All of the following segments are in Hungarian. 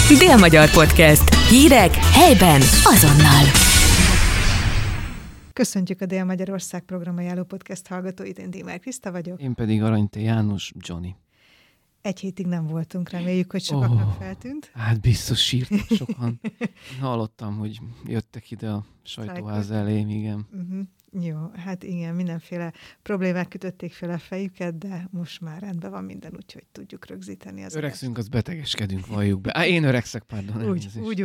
Dél-Magyar Podcast. Hírek helyben azonnal. Köszöntjük a Dél-Magyarország programajánló podcast hallgatóit, én Démár Kriszta vagyok. Én pedig Arany T. János, Johnny. Egy hétig nem voltunk, reméljük, hogy sokaknak feltűnt. Hát biztos sírtak sokan. Hallottam, hogy jöttek ide a sajtóház elé, igen. Jó, hát igen, mindenféle problémák ütötték fel a fejüket, de most már rendben van minden, úgyhogy tudjuk rögzíteni az Öregszünk, az betegeskedünk, valljuk be. Én öregszek, pardon. Úgy.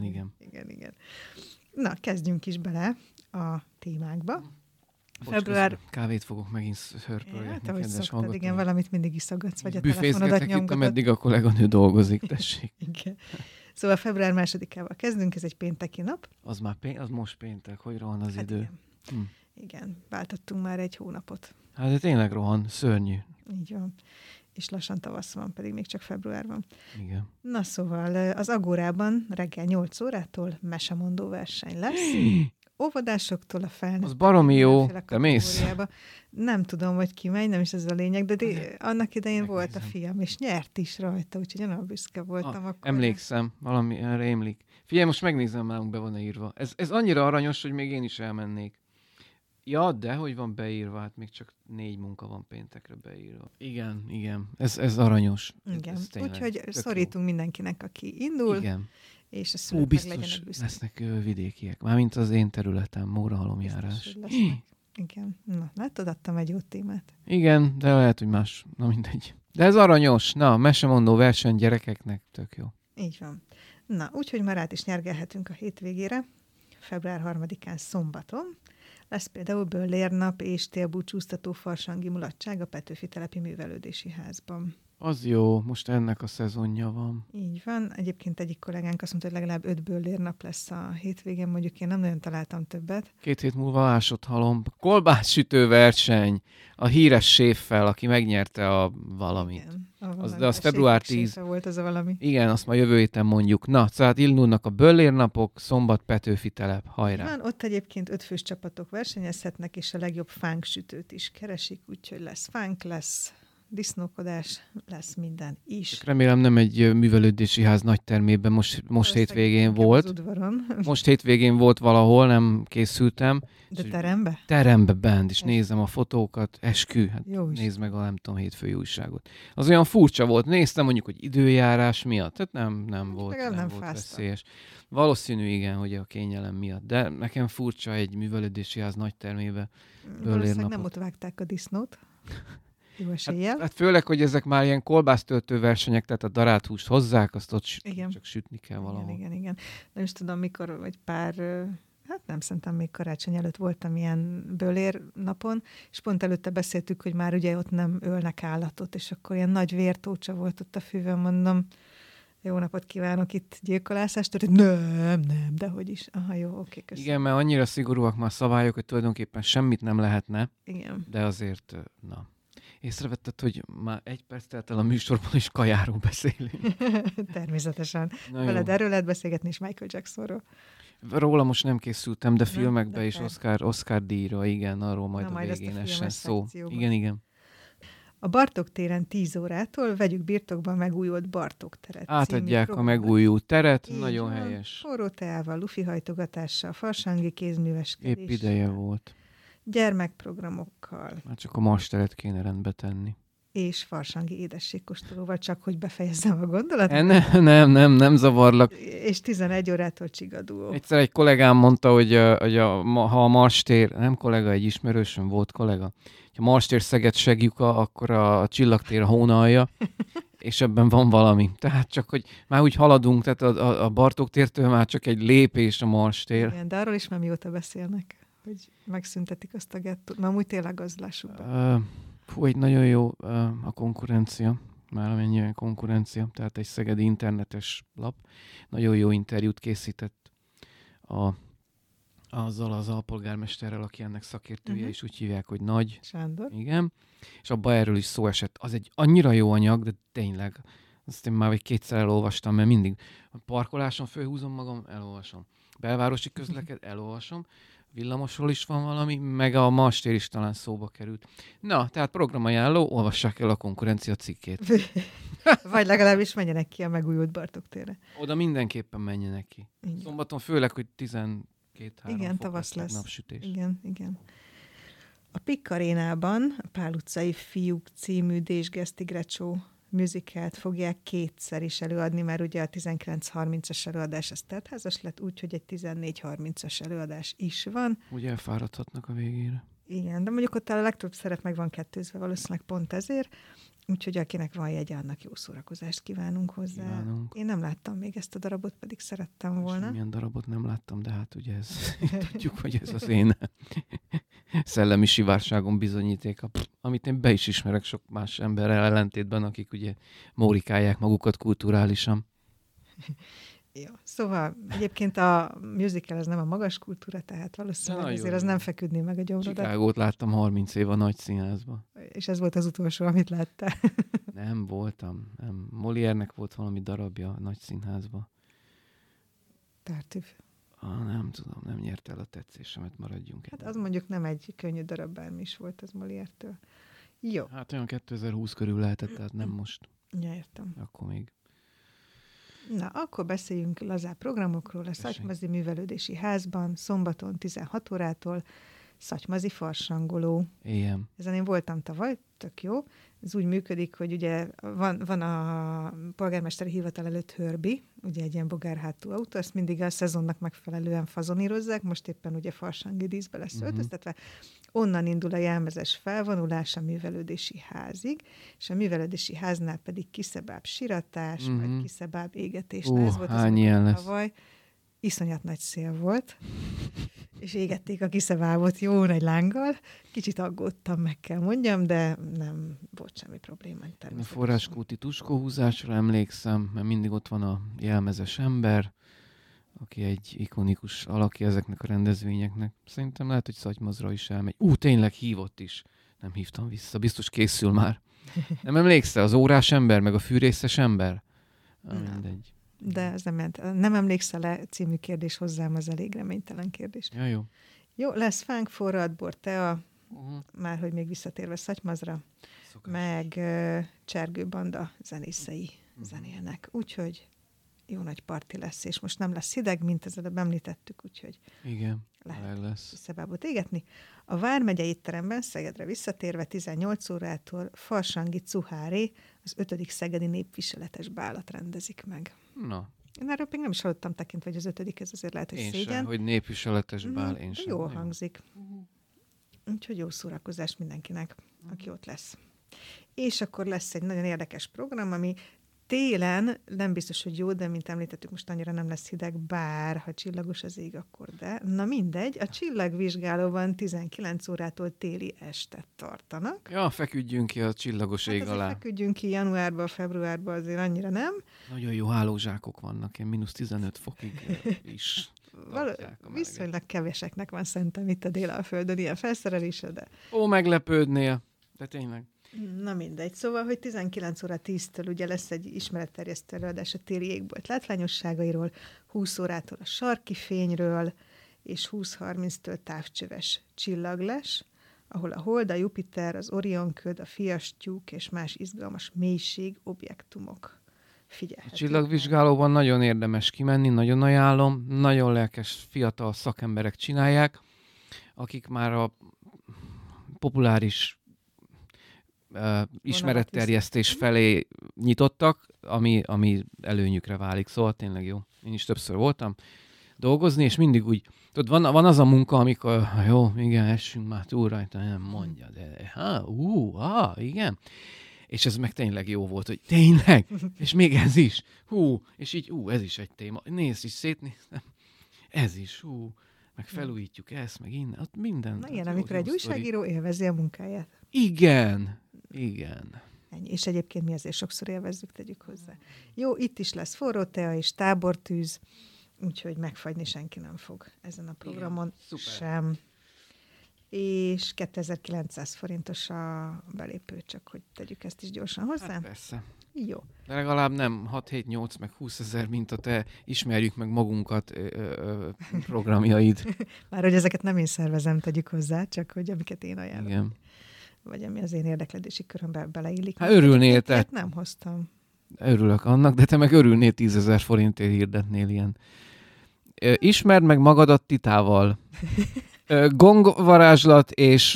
Igen. Na, kezdjünk is bele a témákba. Február... Kávét fogok megint hörpölgetni, hát, ahogy kedves szoktad, hallgatók. igen, valamit mindig iszogatsz, vagy a telefonodat nyomgatod. Itt, ameddig a kolléganő dolgozik, tessék. Igen. Szóval február 2-ával kezdünk, ez egy pénteki nap. Az most péntek, hogy rohan az hát idő. Igen, váltottunk már egy hónapot. Hát de tényleg rohan, szörnyű. Így van. És lassan tavasz van, pedig még csak február van. Igen. Na szóval az Agórában reggel 8 órától mesemondó verseny lesz. Óvodásoktól a felnőtt. Az baromi jó, te mész? Nem tudom, hogy ki megy, nem is ez a lényeg, de annak idején volt a fiam, és nyert is rajta, úgyhogy olyan büszke voltam akkor. Emlékszem, valami rémlik. Figyelj, most megnézem, nálunk be van írva. Ez annyira aranyos, hogy még én is elmennék. Ja, de hogy van beírva, hát még csak 4 munka van péntekre beírva. Igen. Ez aranyos. Igen, ez úgyhogy szorítunk mindenkinek, aki indul. Igen. És a szülők biztos lesznek vidékiek. Mármint az én területem, Mórahalomjárás. Igen. Na, látod, adtam egy jó témát. Igen, de lehet, hogy más. Na mindegy. De ez aranyos. Na, mesemondó verseny gyerekeknek tök jó. Így van. Na, úgyhogy már át is nyergelhetünk a hétvégére. Február 3-án szombaton lesz például Böllérnap és télbúcsúztató farsangi mulatság a Petőfi Telepi Művelődési Házban. Az jó, most ennek a szezonja van. Így van. Egyébként egyik kollégánk azt mondta, hogy legalább 5 Böllérnap lesz a hétvégén, mondjuk én nem nagyon találtam többet. 2 hét múlva ásott halom. Kolbászsütő verseny a híres séffel, aki megnyerte a valamit. Igen, az február 10. volt az a valami. Igen, azt már jövő héten mondjuk. Na, szóval indulnak a Böllérnapok, szombat Petőfi Telep, hajrá! Van, ott egyébként 5 fős csapatok versenyezhetnek, és a legjobb fánksütőt is keresik, úgyhogy lesz fánk, lesz disznókodás, lesz minden is. Csak remélem nem egy művelődési ház nagy termében, most hétvégén volt. Most hétvégén volt valahol, nem készültem. De terembe? Terembe bent, és nézem a fotókat, eskü, hát nézd meg a nem tudom, hétfői újságot. Az olyan furcsa volt, néztem mondjuk, hogy időjárás miatt, tehát nem volt veszélyes. Valószínű igen, hogy a kényelem miatt, de nekem furcsa egy művelődési ház nagy termébe Valószínűleg nem ott vágták a disznót. Jó eséllyel. Hát főleg, hogy ezek már ilyen kolbásztöltő versenyek, tehát a darált húst hozzák, azt ott csak sütni kell valahol. Igen. Nem is tudom, mikor, vagy pár, hát nem szerintem még karácsony előtt voltam ilyen Böllér napon, és pont előtte beszéltük, hogy már ugye ott nem ölnek állatot, és akkor ilyen nagy vértócsa volt ott a fűvön, mondom, jó napot kívánok, itt gyilkolászást történt. Nem, dehogy is. Aha, jó, oké, köszönöm. Igen, mert annyira szigorúak már szabályok, hogy tulajdonképpen semmit nem lehetne. Igen. De azért, na. Észrevetted, hogy már 1 perc telt el a műsorban, és kajáról beszélünk. Természetesen. Veled erről lehet beszélgetni, és Michael Jacksonról. Róla most nem készültem, de filmekbe és Oscar díjra, igen, arról majd a végén essen szó. Igen. A Bartók téren 10 órától vegyük birtokban megújult Bartók teret. Átadják a megújult teret, nagyon helyes. Forró teával, lufihajtogatással, farsangi kézműveskedéssel. Épp ideje volt. Gyermekprogramokkal. Már csak a masteret kéne rendbe tenni. És farsangi édességkóstolóval, csak hogy befejezzem a gondolatot. Nem zavarlak. És 11 órától csigaduó. Egyszer egy kollégám mondta, hogy ha a marstér, nem kollega, egy ismerősöm volt kollega, ha a marstér Szeged Segjuka, akkor a csillagtér a Hónalja, és ebben van valami. Tehát csak, hogy már úgy haladunk, tehát a Bartók tértől már csak egy lépés a marstér. Igen, de arról is már mióta beszélnek, hogy megszüntetik azt a gettót. Mert amúgy tényleg az lássuk be. Egy nagyon jó a konkurencia, már amennyire konkurencia, tehát egy szegedi internetes lap. Nagyon jó interjút készített azzal az alpolgármesterrel, aki ennek szakértője, és úgy hívják, hogy Nagy Sándor. Igen, és abban erről is szó esett. Az egy annyira jó anyag, de tényleg, azt én már vagy 2-szer elolvastam, mert mindig a parkoláson fölhúzom magam, elolvasom. Belvárosi közleked, elolvasom. Villamosról is van valami, meg a mastér is talán szóba került. Na, tehát programajánló, olvassák el a konkurencia cikkét. Vagy legalábbis menjenek ki a megújult Bartók térre. Oda mindenképpen menjenek ki. Igen. Szombaton főleg, hogy 12-3 Igen, fok tavasz lesz. napsütés. Igen. A Pikk Arénában a Pál utcai fiúk című Désgeszti Grecsó musicalt fogják kétszer is előadni, mert ugye a 19:30-as előadás az teltházas lett, úgyhogy egy 14:30-as előadás is van. Úgy elfáradhatnak a végére. Igen, de mondjuk ott a legtöbb szerep meg van kettőzve, valószínűleg pont ezért, úgyhogy akinek van jegye, annak jó szórakozást kívánunk hozzá. Kívánunk. Én nem láttam még ezt a darabot, pedig szerettem volna. Semmilyen darabot nem láttam, de hát ugye ez, tudjuk, hogy ez az én szellemi sivárságom bizonyítéka, amit én be is ismerek sok más emberrel ellentétben, akik ugye mórikálják magukat kulturálisan. Jó. Szóval egyébként a musical az nem a magas kultúra, tehát valószínűleg nagyon azért az jó. nem feküdni meg a gyomrodat. Chicagót láttam 30 év a nagy színházban. És ez volt az utolsó, amit láttál. Nem voltam. Nem. Molière-nek volt valami darabja a nagy színházban. Tartűv. Nem tudom, nem nyert el a tetszésemet, maradjunk. Hát az mondjuk nem egy könnyű darab, bármi is volt az Molière-től. Jó. Hát olyan 2020 körül lehetett, tehát nem most. Ja, értem. Akkor még. Na, akkor beszéljünk lazább programokról. A Szatymazi Művelődési Házban szombaton 16 órától Szatymazi farsangoló. Éjem. Ezen én voltam tavaly, tök jó. Ez úgy működik, hogy ugye van a polgármesteri hivatal előtt hörbi, ugye egy ilyen bogárhátú autó, azt mindig a szezonnak megfelelően fazonírozzák, most éppen ugye farsangi díszbe lesz öltöztetve. Onnan indul a jelmezes felvonulás a művelődési házig, és a művelődési háznál pedig kiszebább siratás, vagy kiszebább égetés. Ez volt hány ilyen lesz? Tavaly. Iszonyat nagy szél volt, és égették a kiszebábot jó nagy lánggal. Kicsit aggódtam, meg kell mondjam, de nem volt semmi probléma. Én a forráskúti tuskóhúzásra emlékszem, mert mindig ott van a jelmezes ember, aki egy ikonikus alakja ezeknek a rendezvényeknek. Szerintem lehet, hogy Szatymazra is elmegy. Tényleg hívott is. Nem hívtam vissza, biztos készül már. Nem emlékszel, az órás ember, meg a fűrészes ember? Mindegy. De ez nem emlékszel-e című kérdés hozzám, az elég reménytelen kérdés. Ja, jó. Jó, lesz fánk, forrad, bor, tea, már hogy még visszatérve Szatymazra, meg Csergő Banda zenészei zenélnek. Úgyhogy jó nagy parti lesz, és most nem lesz hideg, mint ezzel említettük, úgyhogy igen, lehet lesz szabábot égetni. A Vármegye étteremben Szegedre visszatérve 18 órától Farsangi Cuháré az 5. szegedi népviseletes bálat rendezik meg. Na. Én erről még nem is hallottam tekintve, hogy az 5. ez azért lehet, hogy én szégyen. Sem, hogy népviseletes bál, én sem. Jól hangzik. Úgyhogy jó szórakozás mindenkinek, aki ott lesz. És akkor lesz egy nagyon érdekes program, ami télen nem biztos, hogy jó, de mint említettük, most annyira nem lesz hideg, bár ha csillagos az ég, akkor de. Na mindegy, a csillagvizsgálóban 19 órától téli estet tartanak. Ja, feküdjünk ki a csillagos ég alá. Feküdjünk ki januárban, februárban, azért annyira nem. Nagyon jó hálózsákok vannak, ilyen -15 fokig is. Viszonylag keveseknek van szerintem itt a Délalföldön ilyen felszerelése, de... meglepődnél, de tényleg. Na mindegy. Szóval, hogy 19 óra 10-től ugye lesz egy ismeretterjesztő előadás a téli égbolt látványosságairól, 20 órától a sarki fényről, és 20-30-től távcsöves csillaglás, ahol a Hold, a Jupiter, az Orionköd, a Fiastyúk és más izgalmas mélység objektumok figyelhetők. A csillagvizsgálóban nagyon érdemes kimenni, nagyon ajánlom, nagyon lelkes fiatal szakemberek csinálják, akik már a populáris ismeretterjesztés felé nyitottak, ami előnyükre válik. Szóval tényleg jó. Én is többször voltam dolgozni, és mindig úgy, tudod, van az a munka, amikor jó, igen, essünk már túl rajta, nem mondja, de igen. És ez meg tényleg jó volt, hogy tényleg, és még ez is, és így, ez is egy téma. Nézd is, szétnéztem, ez is, meg felújítjuk ezt, meg innen, ott minden. Na igen, amikor egy újságíró élvezi a munkáját. Igen. Ennyi. És egyébként mi azért sokszor élvezzük, tegyük hozzá. Jó, itt is lesz forró tea és tábortűz, úgyhogy megfagyni senki nem fog ezen a programon sem. És 2900 forintos a belépő, csak hogy tegyük ezt is gyorsan hozzá. Hát persze. Jó. De legalább nem 6-7-8 meg 20 000, mint a te ismerjük meg magunkat programjaid. Már hogy ezeket nem én szervezem, tegyük hozzá, csak hogy amiket én ajánlom. Igen. Vagy ami az én érdeklődési körömbe beleillik. Hát örülnél te. Nem hoztam. Örülök annak, de te meg örülnél 10 000 forintért hirdetnél ilyen. Ismerd meg magadat titával. Gongvarázslat és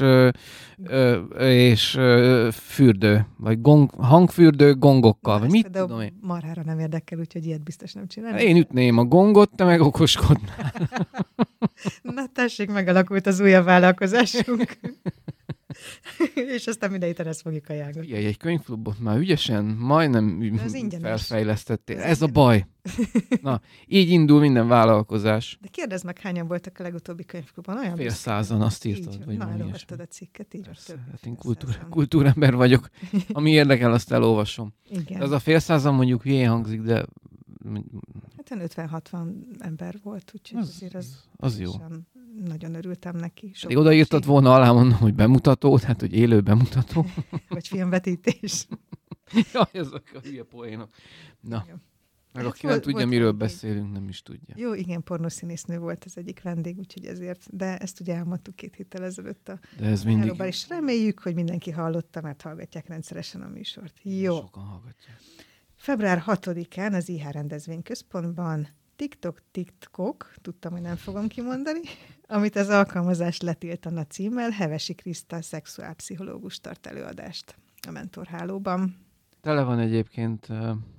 fürdő, vagy hangfürdő gongokkal, vagy mit tudom én. Marhára nem érdekel, úgyhogy ilyet biztos nem csinálni. Én ütném a gongot, te meg okoskodnál. Na tessék, megalakult az újabb vállalkozásunk. És aztán minden héten ezt fogjuk ajánlani. Ugye, egy könyvklubot már ügyesen, majdnem felfejlesztettél. Ez a baj. Na, így indul minden vállalkozás. De kérdezd meg, hányan voltak a legutóbbi könyvklubban? Olyan fél százan, azt írtad. Így, vagy na, valami elolvastad a cikket, így Persze, több. hát én kultúrember vagyok. Ami érdekel, azt elolvasom. Igen. Ez a fél százan mondjuk hülyén hangzik, de... Hát 50-60 ember volt, úgyhogy azért az jó. Nagyon örültem neki. Pedig odaírtad volna alá, mondom, hogy bemutató, tehát hogy élő bemutató. Vagy filmvetítés. Jaj, ezek a hülye poénok. Na, Jó. meg Hát aki nem tudja, miről vendég. beszélünk, nem is tudja. Jó, igen, pornószínésznő volt az egyik vendég, úgyhogy ezért, de ezt ugye elmondtuk 2 héttel ezelőtt a De ez mindig... ajánlóban, és reméljük, hogy mindenki hallotta, mert hallgatják rendszeresen a műsort. Jó. Sokan hallgatják. Február 6-án az IH rendezvényközpontban TikTok, tudtam, hogy nem fogom kimondani, amit az alkalmazás letiltana címmel, Hevesi Kriszta szexuálpszichológus tart előadást a mentorhálóban. Tele van egyébként,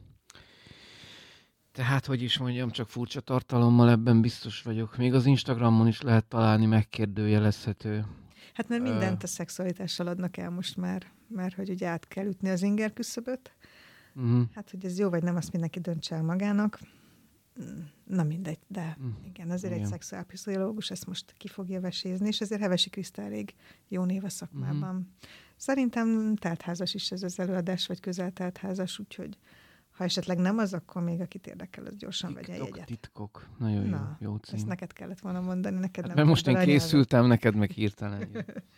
tehát, hogy is mondjam, csak furcsa tartalommal, ebben biztos vagyok. Még az Instagramon is lehet találni megkérdőjelezhető. Hát mert mindent a szexualitással adnak el most már, mert hogy ugye át kell ütni az inger küszöböt. Hát, hogy ez jó vagy nem, azt mindenki döntse el magának. Na mindegy, de igen, azért egy szexuálpszichológus ezt most ki fogja vesézni, és ezért Hevesi Kriszta elég jó név a szakmában. Szerintem teltházas is ez az előadás, vagy közel teltházas, úgyhogy ha esetleg nem az, akkor még akit érdekel, az gyorsan vegye jegyet. Titkok. Nagyon jó cím. Ezt neked kellett volna mondani, neked hát nem. Mert most én készültem, neked meg hirtelen.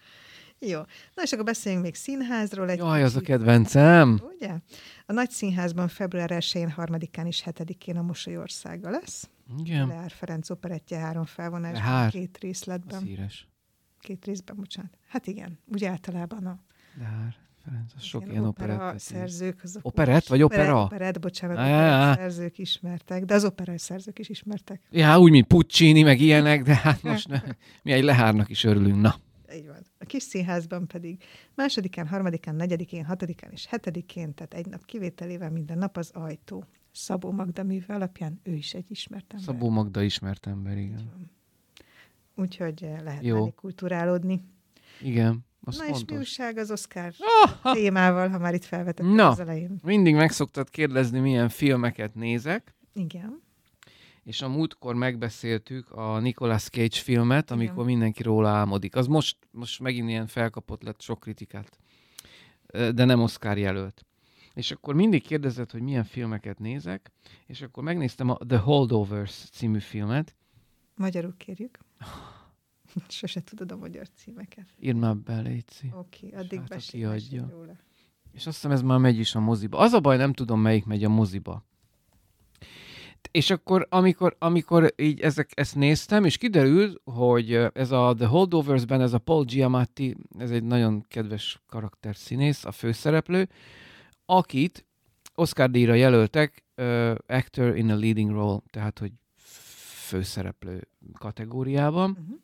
Jó. Na és akkor beszéljünk még színházról. Jaj, az a kedvencem! Ugye? A Nagy Színházban február 1-én, 3-án és 7-én a Mosolyországa lesz. Igen. Leár Ferenc operettje 3 felvonásban, 2 részletben. Szíres. 2 részben, bocsánat. Hát igen, úgy általában a... Leár Ferenc, az sok ilyen operett. Szerzők. Operett vagy opera? Operett, bocsánat. Szerzők ismertek, de az opera szerzők is ismertek. Ja, úgy, mint Puccini, meg ilyenek, de hát most mi egy Lehárnak is örülünk, na. Így van. A Kis Színházban pedig 2-án, 3-án, 4-én, 6-án és 7-én, tehát egy nap kivételével minden nap az Ajtó. Szabó Magda műve alapján ő is egy ismert ember. Szabó Magda ismert ember, igen. Úgyhogy lehet menni kulturálódni. Igen, az na fontos. És mi újság az Oscar témával, ha már itt felvetettem az elején? Mindig meg szoktad kérdezni, milyen filmeket nézek. Igen. És a múltkor megbeszéltük a Nicolas Cage filmet, amikor mindenki róla álmodik. Az most megint ilyen felkapott lett, sok kritikát, de nem Oscar jelölt. És akkor mindig kérdezed, hogy milyen filmeket nézek, és akkor megnéztem a The Holdovers című filmet. Magyarul kérjük. Sose tudod a magyar címeket. Írd már be, Léci. Oké, addig mesélj róla. És azt hiszem, ez már megy is a moziba. Az a baj, nem tudom, melyik megy a moziba. És akkor, amikor így ezt néztem, és kiderült, hogy ez a The Holdoversben, ez a Paul Giamatti, ez egy nagyon kedves karakterszínész, a főszereplő, akit Oscar-díjra jelöltek Actor in a Leading Role, tehát, hogy főszereplő kategóriában.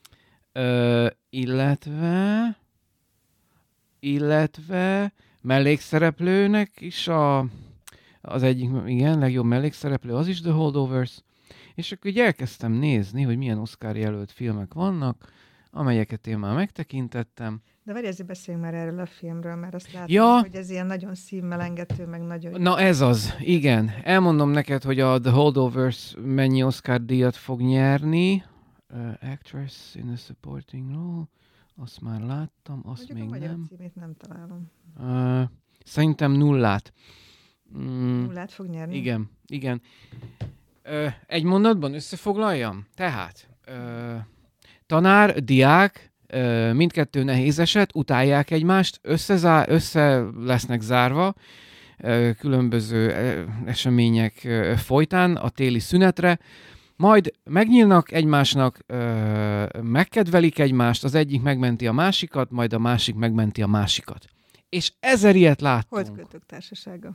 Illetve mellékszereplőnek is az egyik, igen, legjobb mellékszereplő, az is The Holdovers. És akkor így elkezdtem nézni, hogy milyen Oscar jelölt filmek vannak, amelyeket én már megtekintettem. De várj, ezért beszéljünk már erről a filmről, mert azt látom, hogy ez ilyen nagyon szívmelengető, meg nagyon... Na ez az, igen. Elmondom neked, hogy a The Holdovers mennyi Oscar díjat fog nyerni. Actress in a Supporting Role. Azt már láttam, azt mondjuk még a nem. A címét nem találom. Szerintem 0. 0 fog nyerni? Igen. Egy mondatban összefoglaljam? Tehát, tanár, diák, mindkettő nehéz eset, utálják egymást, össze lesznek zárva különböző események folytán a téli szünetre, majd megnyílnak egymásnak, megkedvelik egymást, az egyik megmenti a másikat, majd a másik megmenti a másikat. És 1000 ilyet láttunk. Holdköltők társasága.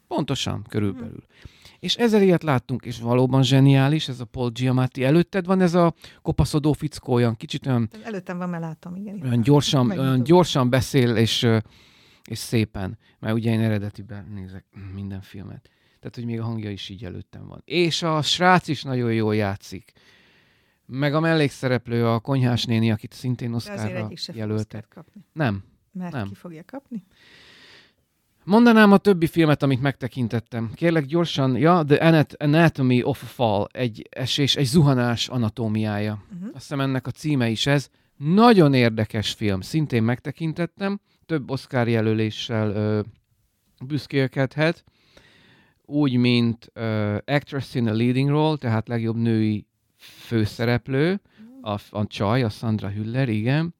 Pontosan, körülbelül. És ezer ilyet láttunk, és valóban zseniális, ez a Paul Giamatti. Előtted van ez a kopaszodó fickó, olyan kicsit olyan, Előttem van, mert látom, igen. olyan gyorsan beszél, és szépen. Mert ugye én eredetiben nézek minden filmet. Tehát, hogy még a hangja is így előttem van. És a srác is nagyon jól játszik. Meg a mellékszereplő, a konyhás néni, akit szintén Oscarra jelöltek. Nem. Mert nem. ki fogja kapni? Mondanám a többi filmet, amit megtekintettem. Kérlek gyorsan, The Anatomy of a Fall, egy esés, egy zuhanás anatómiája. Azt hiszem ennek a címe is ez. Nagyon érdekes film, szintén megtekintettem. Több Oscar jelöléssel büszkélkedhet. Úgy, mint Actress in a Leading Role, tehát legjobb női főszereplő, a csaj, a Sandra Hüller, igen.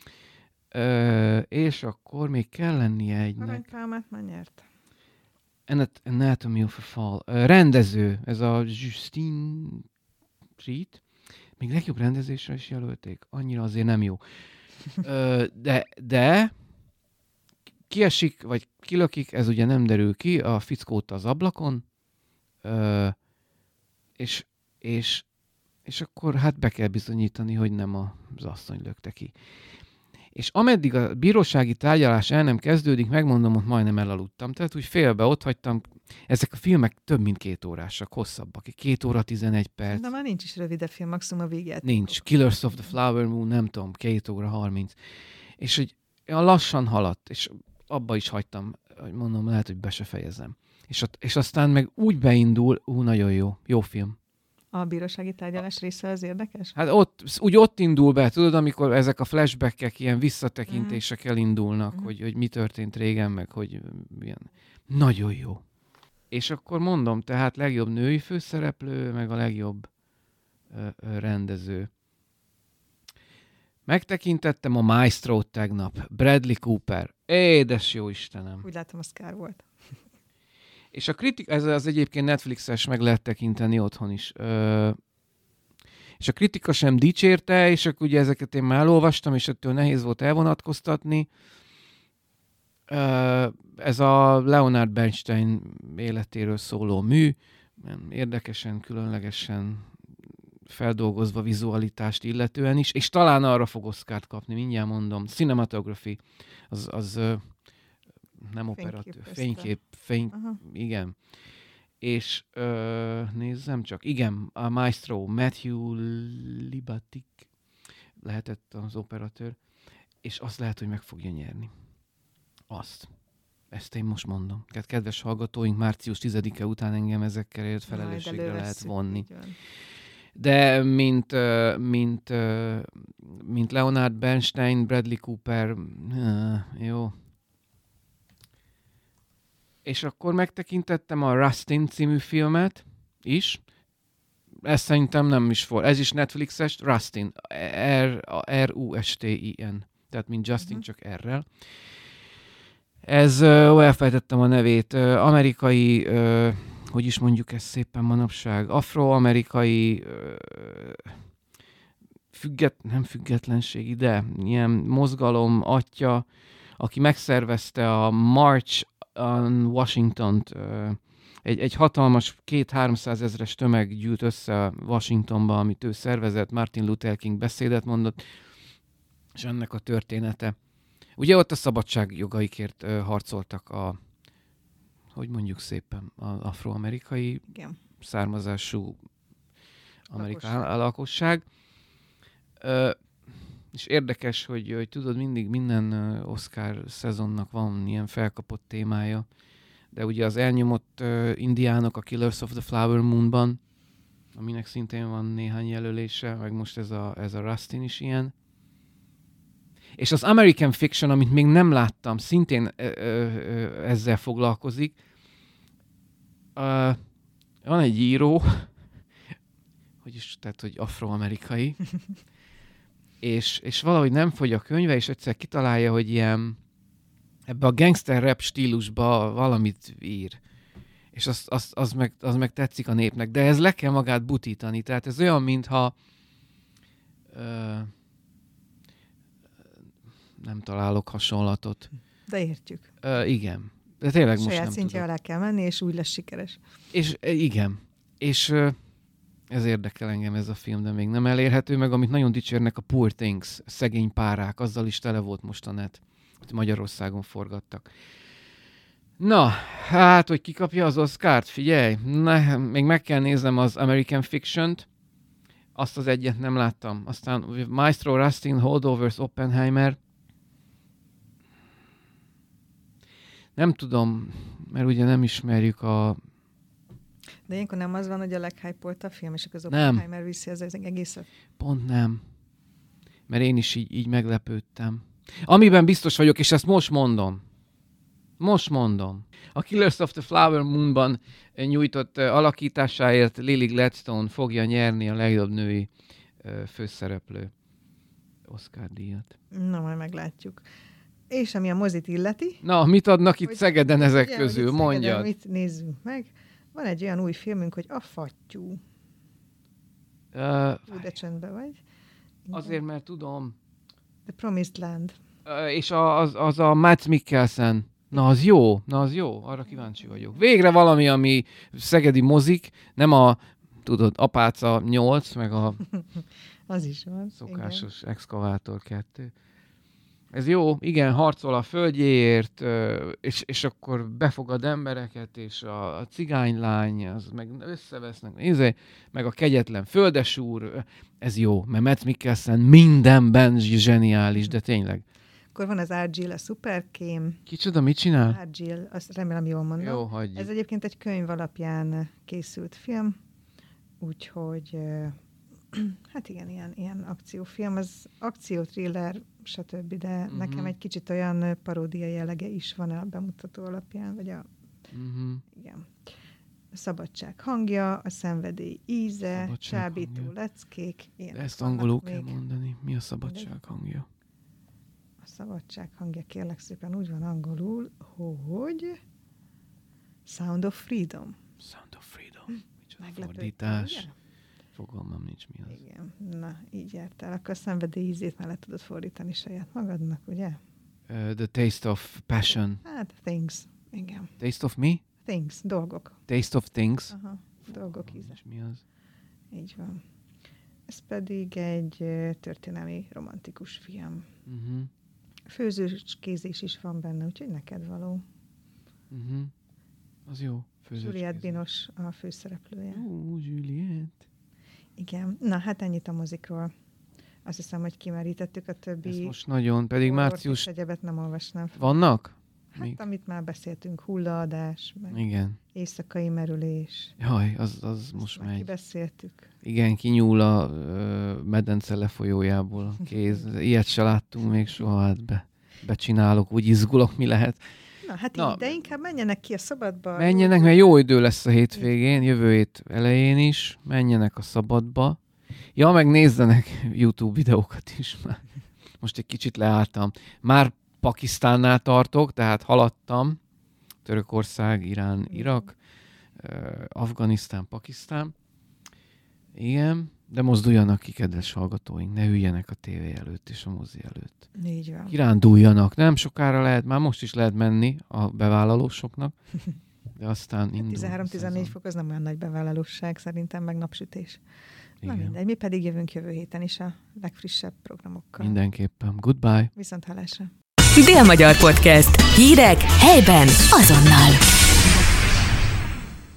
És akkor még kell lennie egynek. Aranypálmát már nyert. Anatomy of a Fall. Rendező, ez a Justine Triet. Még legjobb rendezésre is jelölték. Annyira azért nem jó. De kiesik, vagy kilökik, ez ugye nem derül ki, a fickót az ablakon, és akkor hát be kell bizonyítani, hogy nem az asszony lökte ki. És ameddig a bírósági tárgyalás el nem kezdődik, megmondom, hogy majdnem elaludtam. Tehát úgy félbe ott hagytam. Ezek a filmek több mint 2 órásak, hosszabbak. 2 óra 11 perc. De már nincs is rövidebb film, maximum a végjátékok. Nincs. Killers of the Flower Moon, nem tudom, 2 óra 30. És hogy lassan haladt, és abba is hagytam, hogy mondom, lehet, hogy be se fejezem. És aztán meg úgy beindul, nagyon jó. Jó film. A bírósági tárgyalás része az érdekes? Hát ott indul be, tudod, amikor ezek a flashbackek, ilyen visszatekintések elindulnak, hogy mi történt régen, meg hogy milyen. Nagyon jó. És akkor mondom, tehát legjobb női főszereplő, meg a legjobb rendező. Megtekintettem a Maestro-t tegnap. Bradley Cooper. Édes jó Istenem. Úgy látom, az kár volt. És a kritika, ez az egyébként Netflixes, meg lehet tekinteni otthon is. És a kritika sem dicsérte, és akkor ugye ezeket én már elolvastam, és ettől nehéz volt elvonatkoztatni. Ez a Leonard Bernstein életéről szóló mű, érdekesen, különlegesen feldolgozva vizualitást illetően is, és talán arra fog Oscart kapni, mindjárt mondom. Cinematography, az nem operatőr, igen. És nézzem csak, igen, a Maestro, Matthew Libatic lehetett az operatőr, és azt lehet, hogy meg fogja nyerni. Ezt én most mondom. Tehát kedves hallgatóink, március 10-e után engem ezekkel felelősségre lehet vonni. De mint Leonard Bernstein, Bradley Cooper, jó. És akkor megtekintettem a Rustin című filmet is. Ez szerintem nem is volt. Ez is Netflixes, Rustin. R-U-S-T-I-N. Tehát mint Justin, csak R-rel. Ez, elfelejtettem a nevét, amerikai, hogy is mondjuk ezt szépen manapság, afroamerikai nem függetlenségi, de ilyen mozgalom atya, aki megszervezte a March on Washington-t, egy hatalmas 200-300 ezres tömeg gyűlt össze Washingtonba, amit ő szervezett, Martin Luther King beszédet mondott, és ennek a története. Ugye ott a szabadságjogaikért harcoltak hogy mondjuk szépen, az afroamerikai származású amerikai lakosság. És érdekes, hogy tudod, mindig minden Oscar szezonnak van ilyen felkapott témája, de ugye az elnyomott indiánok a Killers of the Flower Moonban, aminek szintén van néhány jelölése, meg most ez a Rustin is ilyen. És az American Fiction, amit még nem láttam, szintén ezzel foglalkozik. Van egy író, hogy afroamerikai, és valahogy nem fogy a könyve, és egyszer kitalálja, hogy ilyen ebbe a gangster rap stílusba valamit ír. És az meg tetszik a népnek. De ez le kell magát butítani. Tehát ez olyan, mintha nem találok hasonlatot. De értjük. Igen. De tényleg most saját nem szintje tudok. alá kell menni, és úgy lesz sikeres. És igen. És ez érdekel engem ez a film, de még nem elérhető, meg amit nagyon dicsérnek a Poor Things, szegény párák, azzal is tele volt most a net, hogy Magyarországon forgattak. Na, hát, hogy ki kapja az Oscart, figyelj, még meg kell néznem az American Fiction-t, azt az egyet nem láttam. Aztán Maestro Rustin, Holdovers, Oppenheimer. Nem tudom, mert ugye nem ismerjük a... De ilyenkor nem az van, hogy a leghype-olt a film, és akkor az Nem. Oppenheimer viszi az egészet. Pont nem. Mert én is így meglepődtem. Amiben biztos vagyok, és ezt most mondom. A Killers of the Flower Moon-ban nyújtott alakításáért Lily Gladstone fogja nyerni a legjobb női főszereplő Oscar-díjat. Na, majd meglátjuk. És ami a mozit illeti... Na, mit adnak itt hogy- Szegeden ezek ugye, közül? hogy itt Szegeden Mondjad. Mit nézzünk meg? Van egy olyan új filmünk, hogy A fattyú. Ú, de csöndben vagy. Igen. Azért, mert tudom. The Promised Land. És az a Mads Mikkelsen. Na, az jó. Arra kíváncsi vagyok. Végre valami, ami szegedi mozik, nem a, tudod, Apáca 8, meg a Az is van. szokásos Excavátor 2. Ez jó, igen, harcol a földjéért, és akkor befogad embereket, és a cigánylány, az meg összevesznek, meg a kegyetlen földesúr, ez jó, mert Mads Mikkelsen mindenben zseniális, de tényleg. Akkor van az Argyll, a szuperkém. Kicsoda, mit csinál? Argyll, azt remélem jól mondom. Jó, hagyjuk. Ez egyébként egy könyv alapján készült film, úgyhogy hát igen, ilyen akciófilm, az akcióthriller, stb., de nekem egy kicsit olyan paródia jellege is van a bemutató alapján, vagy igen. A szabadság hangja, a szenvedély íze, Szabadság csábító hangja. leckék. De ezt vannak angolul még. kell mondani. Mi a szabadság hangja? A szabadság hangja kérlek szépen úgy van angolul, hogy Sound of Freedom. Sound of Freedom. Micsoda Meglepődtem, fordítás. ugye? Fogalmam nincs, mi az. Igen, na, így jártál. Akkor a szenvedély ízét már le tudod fordítani saját magadnak, ugye? The Taste of Passion. Hát, things. Igen. Taste of me? Things, dolgok. Taste of Things. Aha, dolgok íze. És mi az? Így van. Ez pedig egy történelmi romantikus film. Főzős kézés is van benne, úgyhogy neked való. Az jó. Juliette Binoche a főszereplője. Juliette. Igen. Na, hát ennyit a mozikról. Azt hiszem, hogy kimerítettük a többi... Ez most nagyon, pedig horrort március... és egyebet nem olvasnám fel. Vannak? Hát, amit már beszéltünk, hullaadás, meg Igen. éjszakai merülés. Jaj, az most már megy. kibeszéltük. Igen, kinyúl a medence lefolyójából a kéz. Ilyet se láttunk még soha, hát becsinálok, úgy izgulok, mi lehet. Na, hát Na, így, de inkább menjenek ki a szabadba. Menjenek, mert jó idő lesz a hétvégén, jövő hét elején is. Menjenek a szabadba. Ja, meg nézzenek YouTube videókat is már. Most egy kicsit leálltam. Már Pakisztánnál tartok, tehát haladtam. Törökország, Irán, Irak, Afganisztán, Pakisztán. Igen, de mozduljanak ki, kedves hallgatóink, ne üljenek a tévé előtt és a mozi előtt. Így van. Kiránduljanak, nem sokára lehet, már most is lehet menni a bevállalósoknak, de aztán indul. 13-14 fok az nem olyan nagy bevállalóság, szerintem meg napsütés. Na Igen. mindegy, mi pedig jövünk jövő héten is a legfrissebb programokkal. Mindenképpen. Goodbye. Viszont hallásra. Dél-Magyar Podcast. Hírek helyben azonnal.